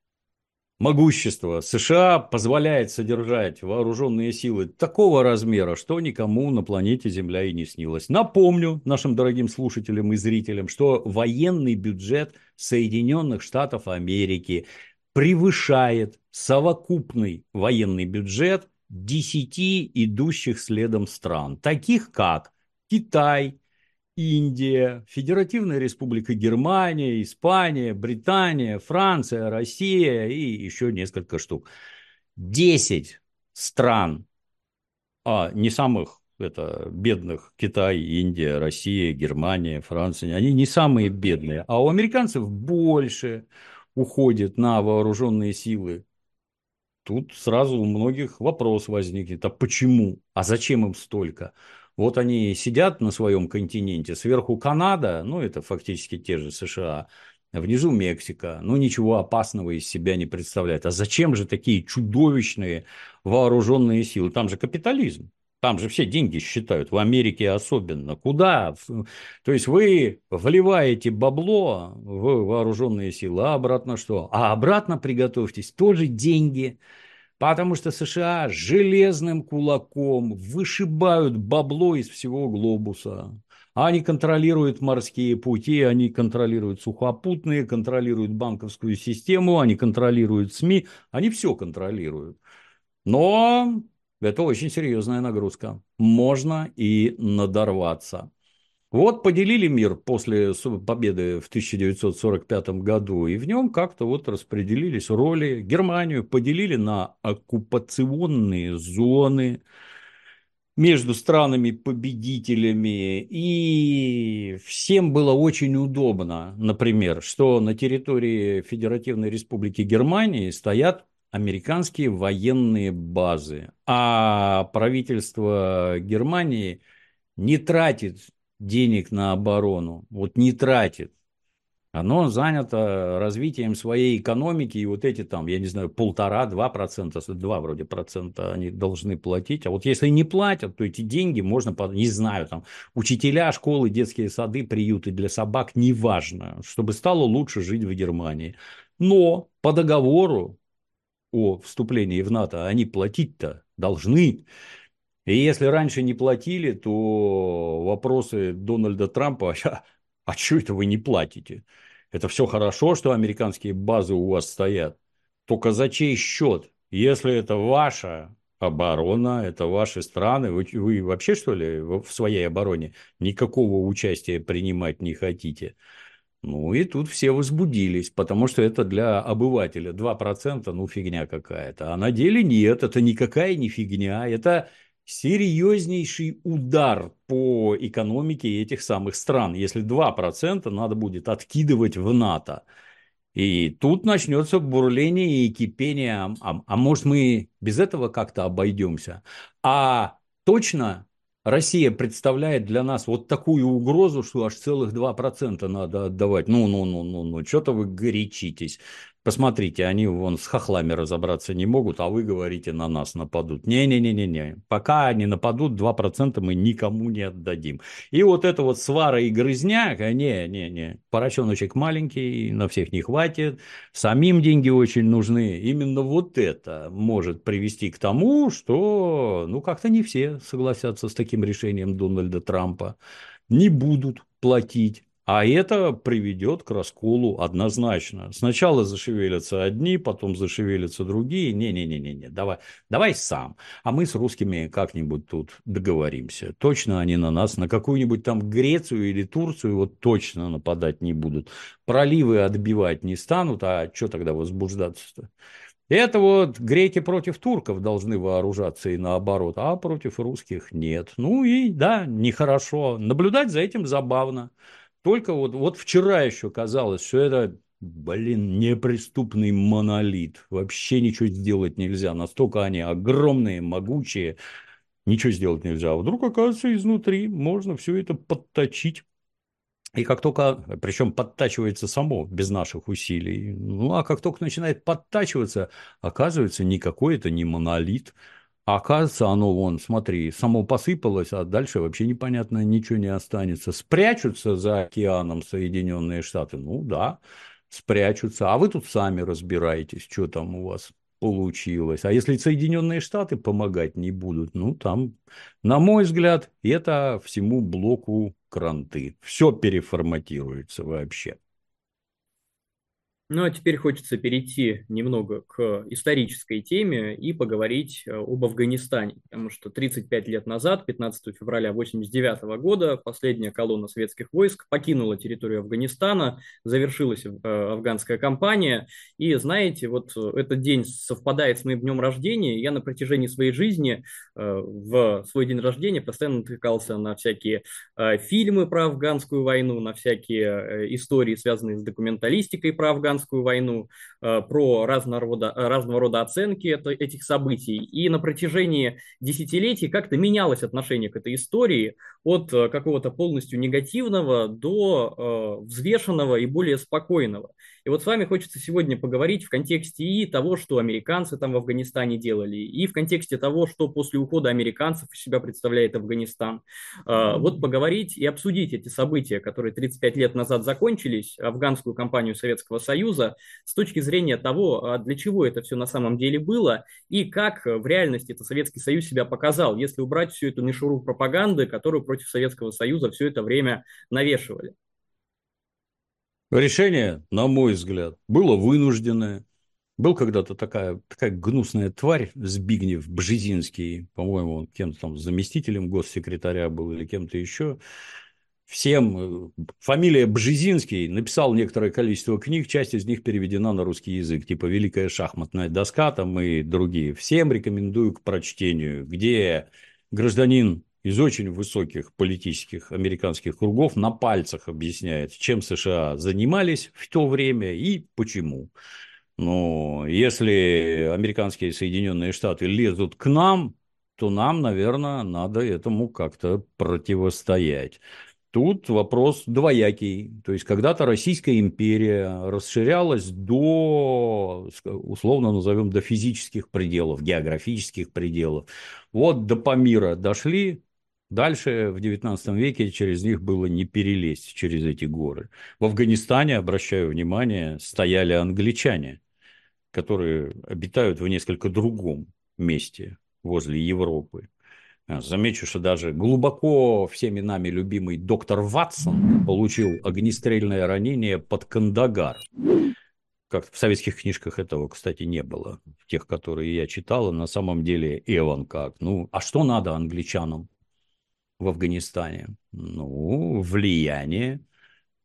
могущество США позволяет содержать вооруженные силы такого размера, что никому на планете Земля и не снилось. Напомню нашим дорогим слушателям и зрителям, что военный бюджет Соединенных Штатов Америки превышает совокупный военный бюджет 10 идущих следом стран, таких как Китай, Индия, Федеративная Республика Германия, Испания, Британия, Франция, Россия и еще несколько штук. 10 стран, не самых это, бедных, Китай, Индия, Россия, Германия, Франция, они не самые бедные, а у американцев больше уходит на вооруженные силы. Тут сразу у многих вопрос возникнет, а почему, а зачем им столько? Вот они сидят на своем континенте, сверху Канада, ну это фактически те же США, внизу Мексика, ну ничего опасного из себя не представляет. А зачем же такие чудовищные вооруженные силы? Там же капитализм. Там же все деньги считают, в Америке особенно. Куда? То есть вы вливаете бабло в вооруженные силы, а обратно что? А обратно приготовьтесь, тоже деньги. Потому что США железным кулаком вышибают бабло из всего глобуса. Они контролируют морские пути, они контролируют сухопутные, контролируют банковскую систему, они контролируют СМИ, они все контролируют. Но это очень серьезная нагрузка. Можно и надорваться. Вот поделили мир после победы в 1945 году, и в нем как-то вот распределились роли. Германию поделили на оккупационные зоны между странами-победителями, и всем было очень удобно, например, что на территории Федеративной Республики Германии стоят американские военные базы, а правительство Германии не тратит денег на оборону, вот не тратит. Оно занято развитием своей экономики, и вот эти там, я не знаю, 1,5–2%, 2 вроде процента они должны платить. А вот если не платят, то эти деньги можно, не знаю, там, учителя, школы, детские сады, приюты для собак, неважно, чтобы стало лучше жить в Германии. Но по договору о вступлении в НАТО они платить-то должны. И если раньше не платили, то вопросы Дональда Трампа, а что это вы не платите? Это все хорошо, что американские базы у вас стоят. Только за чей счет? Если это ваша оборона, это ваши страны, вы вообще, что ли, в своей обороне никакого участия принимать не хотите? Ну и тут все возбудились, потому что это для обывателя 2%, ну фигня какая-то. А на деле нет, это никакая не фигня, это серьезнейший удар по экономике этих самых стран, если 2% надо будет откидывать в НАТО. И тут начнется бурление и кипение. А может, мы без этого как-то обойдемся? А точно Россия представляет для нас вот такую угрозу, что аж целых 2% надо отдавать. Ну, что-то вы горячитесь. Посмотрите, они вон с хохлами разобраться не могут, а вы говорите, на нас нападут. Не-не-не-не-не. Пока они нападут, 2% мы никому не отдадим. И вот эта вот свара и грызня, не-не-не, поросеночек маленький, на всех не хватит, самим деньги очень нужны. Именно вот это может привести к тому, что, ну, как-то не все согласятся с таким решением Дональда Трампа, не будут платить. А это приведет к расколу однозначно. Сначала зашевелятся одни, потом зашевелятся другие. Не-не-не-не, давай сам. А мы с русскими как-нибудь тут договоримся. Точно они на нас, на какую-нибудь там Грецию или Турцию вот точно нападать не будут. Проливы отбивать не станут, а что тогда возбуждаться-то? Это вот греки против турков должны вооружаться и наоборот, а против русских нет. Ну и да, нехорошо. Наблюдать за этим забавно. Только вот вчера еще казалось, что это, блин, неприступный монолит. Вообще ничего сделать нельзя. Настолько они огромные, могучие, ничего сделать нельзя. А вдруг, оказывается, изнутри можно все это подточить. И как только, причем подтачивается само, без наших усилий, ну а как только начинает подтачиваться, оказывается, никакой это не монолит, а оказывается, оно вон, смотри, само посыпалось, а дальше вообще непонятно, ничего не останется. Спрячутся за океаном Соединенные Штаты, ну да, спрячутся, а вы тут сами разбираетесь, что там у вас получилось. А если Соединенные Штаты помогать не будут, ну там, на мой взгляд, это всему блоку кранты. Все переформатируется вообще. Ну, а теперь хочется перейти немного к исторической теме и поговорить об Афганистане, потому что 35 лет назад, 15 февраля 1989 года, последняя колонна советских войск покинула территорию Афганистана, завершилась афганская кампания, и знаете, вот этот день совпадает с моим днем рождения, я на протяжении своей жизни в свой день рождения постоянно натыкался на всякие фильмы про афганскую войну, на всякие истории, связанные с документалистикой про афганскую войну, про разного рода оценки этих событий. И на протяжении десятилетий как-то менялось отношение к этой истории от какого-то полностью негативного до взвешенного и более спокойного. И вот с вами хочется сегодня поговорить в контексте и того, что американцы там в Афганистане делали, и в контексте того, что после ухода американцев из себя представляет Афганистан. Вот поговорить и обсудить эти события, которые 35 лет назад закончились, афганскую кампанию Советского Союза, с точки зрения того, для чего это все на самом деле было и как в реальности это Советский Союз себя показал, если убрать всю эту мишуру пропаганды, которую против Советского Союза все это время навешивали. Решение, на мой взгляд, было вынужденное. Был когда-то такая гнусная тварь, Збигнев Бжезинский, по-моему, он кем-то там заместителем госсекретаря был или кем-то еще. Всем фамилия Бжезинский, написал некоторое количество книг, часть из них переведена на русский язык, типа «Великая шахматная доска» там и другие. Всем рекомендую к прочтению, где гражданин из очень высоких политических американских кругов на пальцах объясняет, чем США занимались в то время и почему. Но если американские Соединенные Штаты лезут к нам, то нам, наверное, надо этому как-то противостоять. Тут вопрос двоякий. То есть, когда-то Российская империя расширялась до, условно назовем, до физических пределов, географических пределов. Вот до Памира дошли, дальше в XIX веке через них было не перелезть, через эти горы. В Афганистане, обращаю внимание, стояли англичане, которые обитают в несколько другом месте возле Европы. Замечу, что даже глубоко всеми нами любимый доктор Ватсон получил огнестрельное ранение под Кандагар. Как в советских книжках этого, кстати, не было. В тех, которые я читал, на самом деле Эван как. Ну, а что надо англичанам в Афганистане? Ну, влияние.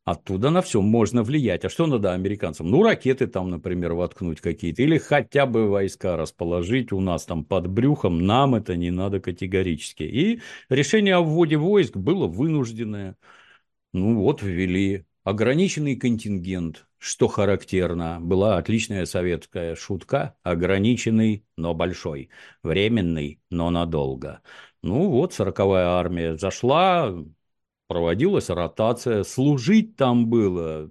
Оттуда на все можно влиять. А что надо американцам? Ну, ракеты там, например, воткнуть какие-то. Или хотя бы войска расположить у нас там под брюхом. Нам это не надо категорически. И решение о вводе войск было вынужденное. Ну, вот ввели ограниченный контингент. Что характерно, была отличная советская шутка. Ограниченный, но большой. Временный, но надолго. Ну, вот 40-я армия зашла, проводилась ротация, служить там было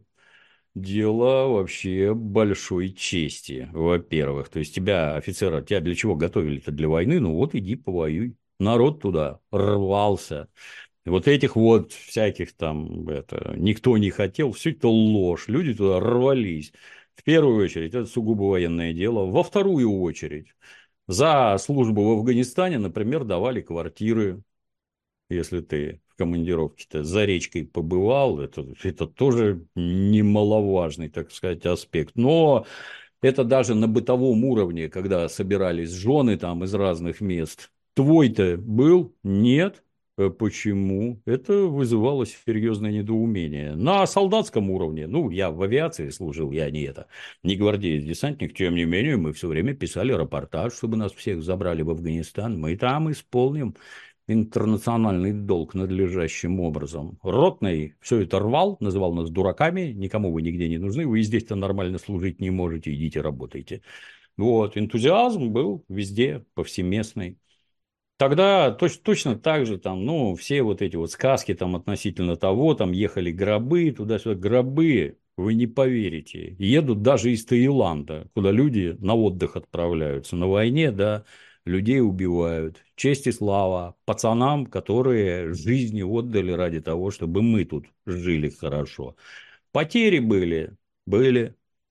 дело вообще большой чести, во-первых. То есть тебя, офицера, тебя для чего готовили-то для войны? Ну вот иди повоюй. Народ туда рвался. Вот этих вот всяких там, это, никто не хотел, все это ложь. Люди туда рвались. В первую очередь, это сугубо военное дело. Во вторую очередь, за службу в Афганистане, например, давали квартиры, если ты в командировке-то за речкой побывал, это тоже немаловажный, так сказать, аспект. Но это даже на бытовом уровне, когда собирались жены там из разных мест. Твой-то был? Нет. Почему? Это вызывало серьезное недоумение. На солдатском уровне, ну, я в авиации служил, я не это, не гвардеец-десантник, тем не менее, мы все время писали репортаж, чтобы нас всех забрали в Афганистан. Мы там исполним интернациональный долг надлежащим образом. Ротный все это рвал, называл нас дураками, никому вы нигде не нужны, вы здесь-то нормально служить не можете, идите работайте. Вот, энтузиазм был везде, повсеместный. Тогда точно так же там, ну, все вот эти вот сказки там относительно того, там ехали гробы, туда-сюда, гробы, вы не поверите, едут даже из Таиланда, куда люди на отдых отправляются. На войне, да, людей убивают. Честь и слава пацанам, которые жизни отдали ради того, чтобы мы тут жили хорошо. Потери были.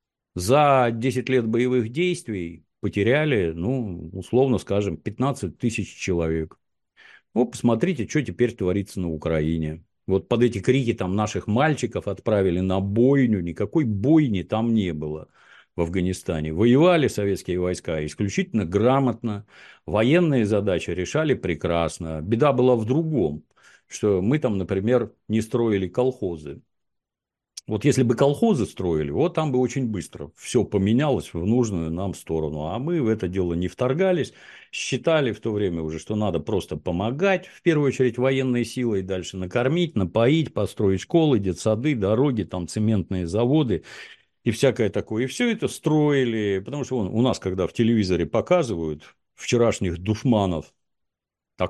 За 10 лет боевых действий потеряли, ну, условно скажем, 15 тысяч человек. Вот посмотрите, что теперь творится на Украине. Вот под эти крики там наших мальчиков отправили на бойню. Никакой бойни там не было в Афганистане. Воевали советские войска исключительно грамотно. Военные задачи решали прекрасно. Беда была в другом, что мы там, например, не строили колхозы. Вот если бы колхозы строили, вот там бы очень быстро все поменялось в нужную нам сторону. А мы в это дело не вторгались, считали в то время уже, что надо просто помогать, в первую очередь военной силой, дальше накормить, напоить, построить школы, детсады, дороги, там цементные заводы и всякое такое. И все это строили, потому что у нас, когда в телевизоре показывают вчерашних душманов, а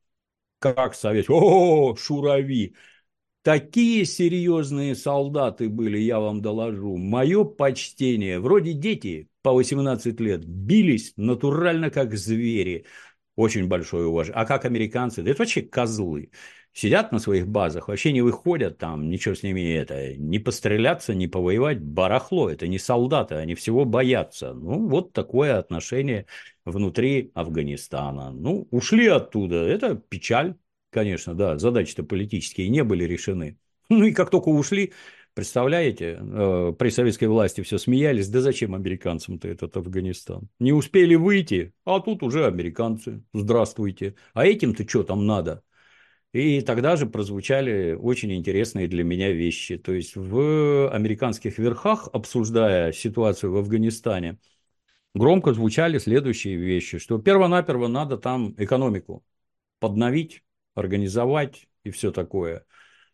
как совет, о, шурави, такие серьезные солдаты были, я вам доложу. Мое почтение. Вроде дети по 18 лет бились натурально как звери. Очень большое уважение. А как американцы? Да это вообще козлы. Сидят на своих базах, вообще не выходят там, ничего с ними это, не постреляться, не повоевать, барахло, это не солдаты, они всего боятся. Ну, вот такое отношение внутри Афганистана. Ну, ушли оттуда, это печаль, конечно, да, задачи-то политические не были решены. Ну, и как только ушли, представляете, при советской власти все смеялись, да зачем американцам-то этот Афганистан? Не успели выйти, а тут уже американцы, здравствуйте. А этим-то что там надо? И тогда же прозвучали очень интересные для меня вещи. То есть в американских верхах, обсуждая ситуацию в Афганистане, громко звучали следующие вещи, что перво-наперво надо там экономику подновить, организовать и все такое.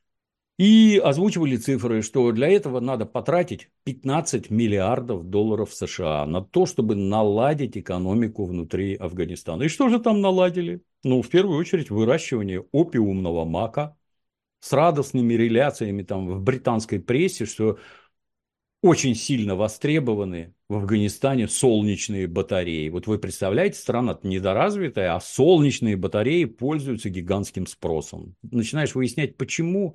И озвучивали цифры, что для этого надо потратить 15 миллиардов долларов США на то, чтобы наладить экономику внутри Афганистана. И что же там наладили? Ну, в первую очередь, выращивание опиумного мака с радостными реляциями там в британской прессе, что очень сильно востребованы в Афганистане солнечные батареи. Вот вы представляете, страна недоразвитая, а солнечные батареи пользуются гигантским спросом. Начинаешь выяснять, почему.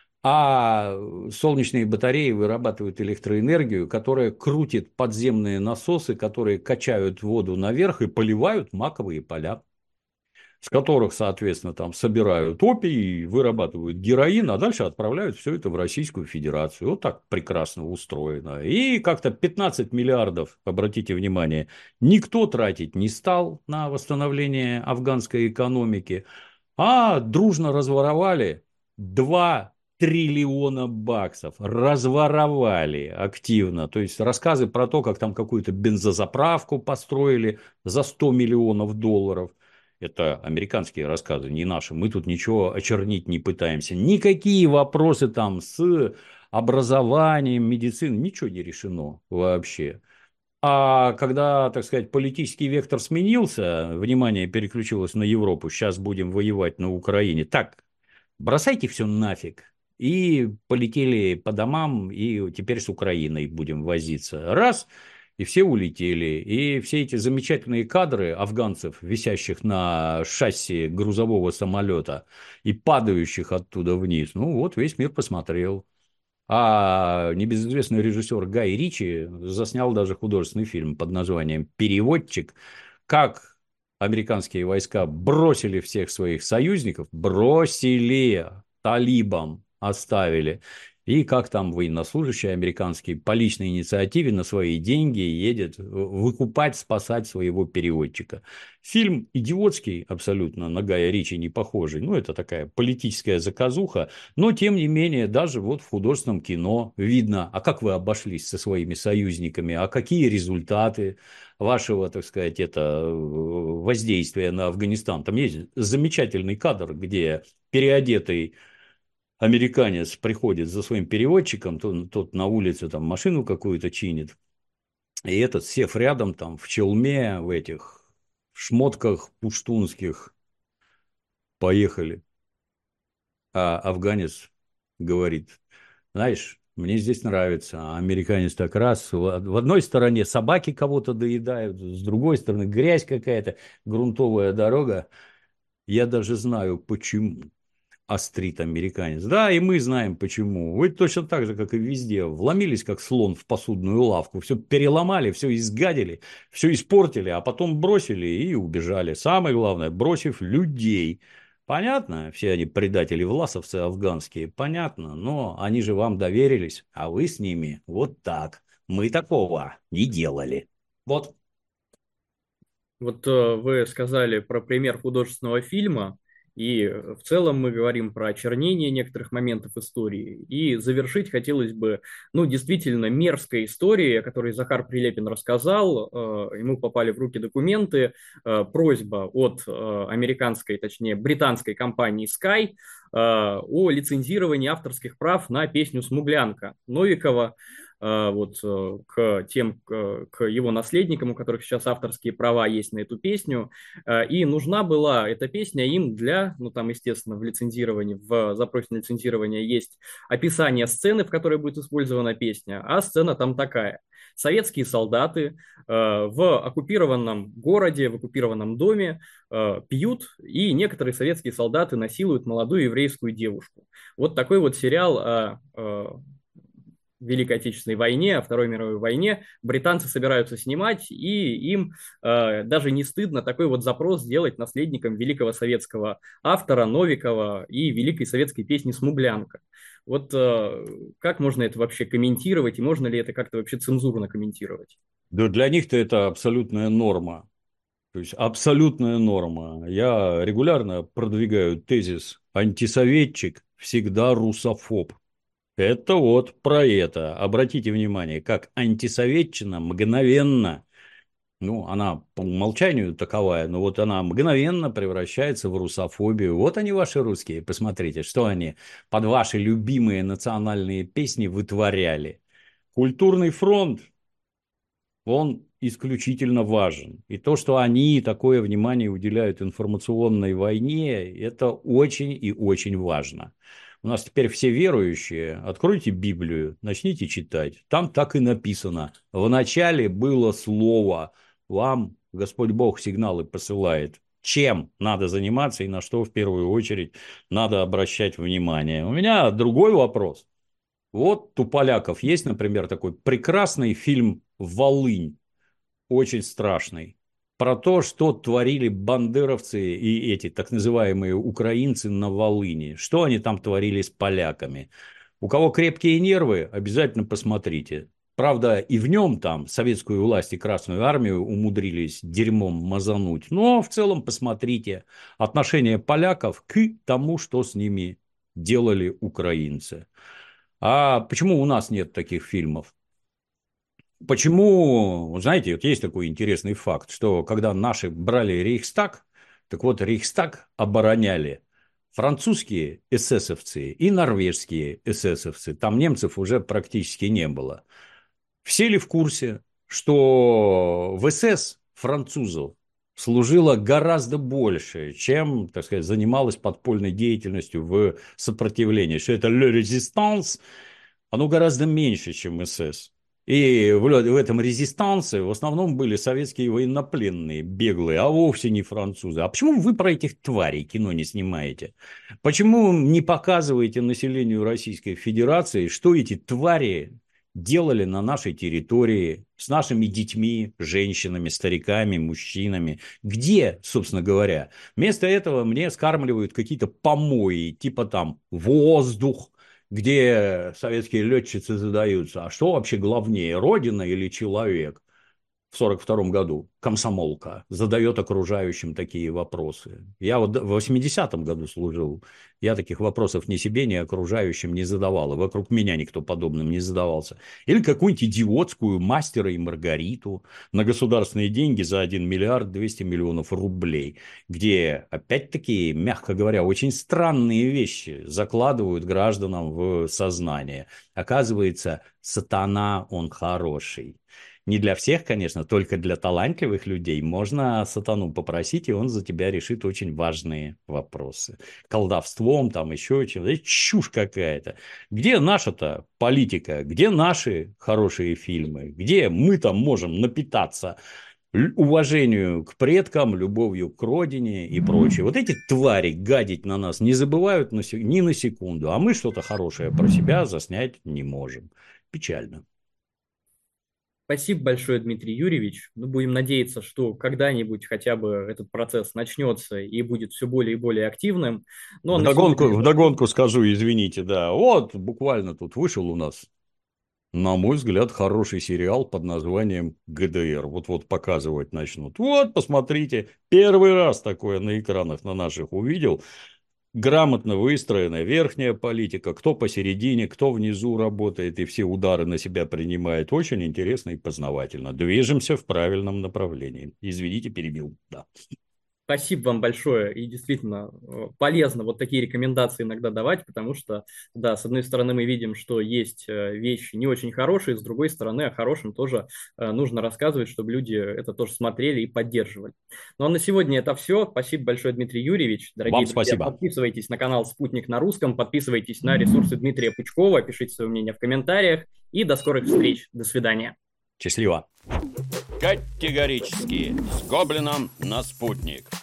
А солнечные батареи вырабатывают электроэнергию, которая крутит подземные насосы, которые качают воду наверх и поливают маковые поля, с которых, соответственно, там собирают опий, вырабатывают героин, а дальше отправляют все это в Российскую Федерацию. Вот так прекрасно устроено. И как-то 15 миллиардов, обратите внимание, никто тратить не стал на восстановление афганской экономики, а дружно разворовали 2-3 триллиона баксов, разворовали активно. То есть рассказы про то, как там какую-то бензозаправку построили за 100 миллионов долларов. Это американские рассказы, не наши. Мы тут ничего очернить не пытаемся. Никакие вопросы там с образованием, медициной, ничего не решено вообще. А когда, так сказать, политический вектор сменился, внимание переключилось на Европу, сейчас будем воевать на Украине. Так, бросайте все нафиг. И полетели по домам, и теперь с Украиной будем возиться. Раз, и все улетели. И все эти замечательные кадры афганцев, висящих на шасси грузового самолета и падающих оттуда вниз, ну вот весь мир посмотрел. А небезызвестный режиссер Гай Ричи заснял даже художественный фильм под названием «Переводчик», как американские войска бросили всех своих союзников, бросили талибам, оставили. И как там военнослужащий американский по личной инициативе на свои деньги едет выкупать, спасать своего переводчика. Фильм идиотский абсолютно, на Гая Ричи не похожий. Ну, это такая политическая заказуха. Но, тем не менее, даже вот в художественном кино видно, а как вы обошлись со своими союзниками, а какие результаты вашего, так сказать, воздействия на Афганистан. Там есть замечательный кадр, где переодетый американец приходит за своим переводчиком, тот на улице там машину какую-то чинит, и этот, сев рядом, там, в челме, в этих шмотках пуштунских, поехали. А афганец говорит: знаешь, мне здесь нравится. А американец так раз, в одной стороне собаки кого-то доедают, с другой стороны грязь какая-то, грунтовая дорога. Я даже знаю, почему. Острит американец. Да, и мы знаем почему. Вы точно так же, как и везде, вломились, как слон в посудную лавку, все переломали, все изгадили, все испортили, а потом бросили и убежали. Самое главное, бросив людей. Понятно? Все они предатели, власовцы афганские. Понятно, но они же вам доверились, а вы с ними вот так. Мы такого не делали. Вот. Вот вы сказали про пример художественного фильма, и в целом мы говорим про очернение некоторых моментов истории. И завершить хотелось бы, ну, действительно, мерзкой историей, о которой Захар Прилепин рассказал. Ему попали в руки документы, просьба от американской, точнее, британской компании Sky о лицензировании авторских прав на песню «Смуглянка» Новикова. Вот к его наследникам, у которых сейчас авторские права есть на эту песню. И нужна была эта песня им для, ну там, естественно, в лицензировании, в запросе на лицензирование есть описание сцены, в которой будет использована песня, а сцена там такая. Советские солдаты в оккупированном городе, в оккупированном доме пьют, и некоторые советские солдаты насилуют молодую еврейскую девушку. Вот такой вот сериал о Великой Отечественной войне, о Второй мировой войне британцы собираются снимать, и им даже не стыдно такой вот запрос сделать наследникам великого советского автора Новикова и великой советской песни «Смуглянка». Вот как можно это вообще комментировать, и можно ли это как-то вообще цензурно комментировать? Да для них-то это абсолютная норма. То есть абсолютная норма. Я регулярно продвигаю тезис: антисоветчик всегда русофоб. Это вот про это. Обратите внимание, как антисоветчина мгновенно, ну, она по умолчанию таковая, но вот она мгновенно превращается в русофобию. Вот они, ваши русские, посмотрите, что они под ваши любимые национальные песни вытворяли. Культурный фронт, он исключительно важен. И то, что они такое внимание уделяют информационной войне, это очень и очень важно. У нас теперь все верующие, откройте Библию, начните читать. Там так и написано: в начале было слово, вам Господь Бог сигналы посылает. Чем надо заниматься и на что в первую очередь надо обращать внимание. У меня другой вопрос. Вот у поляков есть, например, такой прекрасный фильм «Волынь», очень страшный, про то, что творили бандеровцы и эти так называемые украинцы на Волыни, что они там творили с поляками. У кого крепкие нервы, обязательно посмотрите. Правда, и в нем там советскую власть и Красную Армию умудрились дерьмом мазануть. Но в целом посмотрите отношение поляков к тому, что с ними делали украинцы. А почему у нас нет таких фильмов? Почему, знаете, вот есть такой интересный факт, что когда наши брали Рейхстаг, так вот Рейхстаг обороняли французские эсэсовцы и норвежские эсэсовцы. Там немцев уже практически не было. Все ли в курсе, что в СС французов служило гораздо больше, чем, так сказать, занималось подпольной деятельностью в сопротивлении, что это le résistance, оно гораздо меньше, чем СС. И в этом резистансе в основном были советские военнопленные, беглые, а вовсе не французы. А почему вы про этих тварей кино не снимаете? Почему не показываете населению Российской Федерации, что эти твари делали на нашей территории с нашими детьми, женщинами, стариками, мужчинами? Где, собственно говоря? Вместо этого мне скармливают какие-то помои, типа там воздух, где советские летчицы задаются, а что вообще главнее, родина или человек? В 1942 году комсомолка задает окружающим такие вопросы. Я вот в 80-м году служил, я таких вопросов ни себе, ни окружающим не задавал, и вокруг меня никто подобным не задавался. Или какую-нибудь идиотскую «Мастера и Маргариту» на государственные деньги за 1 миллиард 200 миллионов рублей, где, опять-таки, мягко говоря, очень странные вещи закладывают гражданам в сознание. Оказывается, сатана, он хороший. Не для всех, конечно, только для талантливых людей. Можно сатану попросить, и он за тебя решит очень важные вопросы. Колдовством, там еще чем-то. Это чушь какая-то. Где наша-то политика? Где наши хорошие фильмы? Где мы там можем напитаться уважению к предкам, любовью к родине и прочее? Вот эти твари гадить на нас не забывают ни на секунду, а мы что-то хорошее про себя заснять не можем. Печально. Спасибо большое, Дмитрий Юрьевич. Ну, будем надеяться, что когда-нибудь хотя бы этот процесс начнется и будет все более и более активным. Ну, а на сегодня это все. Вдогонку скажу, извините, да. Вот буквально тут вышел у нас, на мой взгляд, хороший сериал под названием ГДР. Вот-вот показывать начнут. Вот, посмотрите, первый раз такое на экранах на наших увидел. Грамотно выстроенная верхняя политика, кто посередине, кто внизу работает и все удары на себя принимает. Очень интересно и познавательно. Движемся в правильном направлении. Извините, перебил. Да. Спасибо вам большое. И действительно полезно вот такие рекомендации иногда давать, потому что, да, с одной стороны мы видим, что есть вещи не очень хорошие, с другой стороны о хорошем тоже нужно рассказывать, чтобы люди это тоже смотрели и поддерживали. Ну а на сегодня это все. Спасибо большое, Дмитрий Юрьевич. Вам Дорогие друзья, спасибо. подписывайтесь на канал «Спутник на русском», подписывайтесь на ресурсы Дмитрия Пучкова, пишите свое мнение в комментариях и до скорых встреч. До свидания. Счастливо. Категорически с Гоблином на спутник.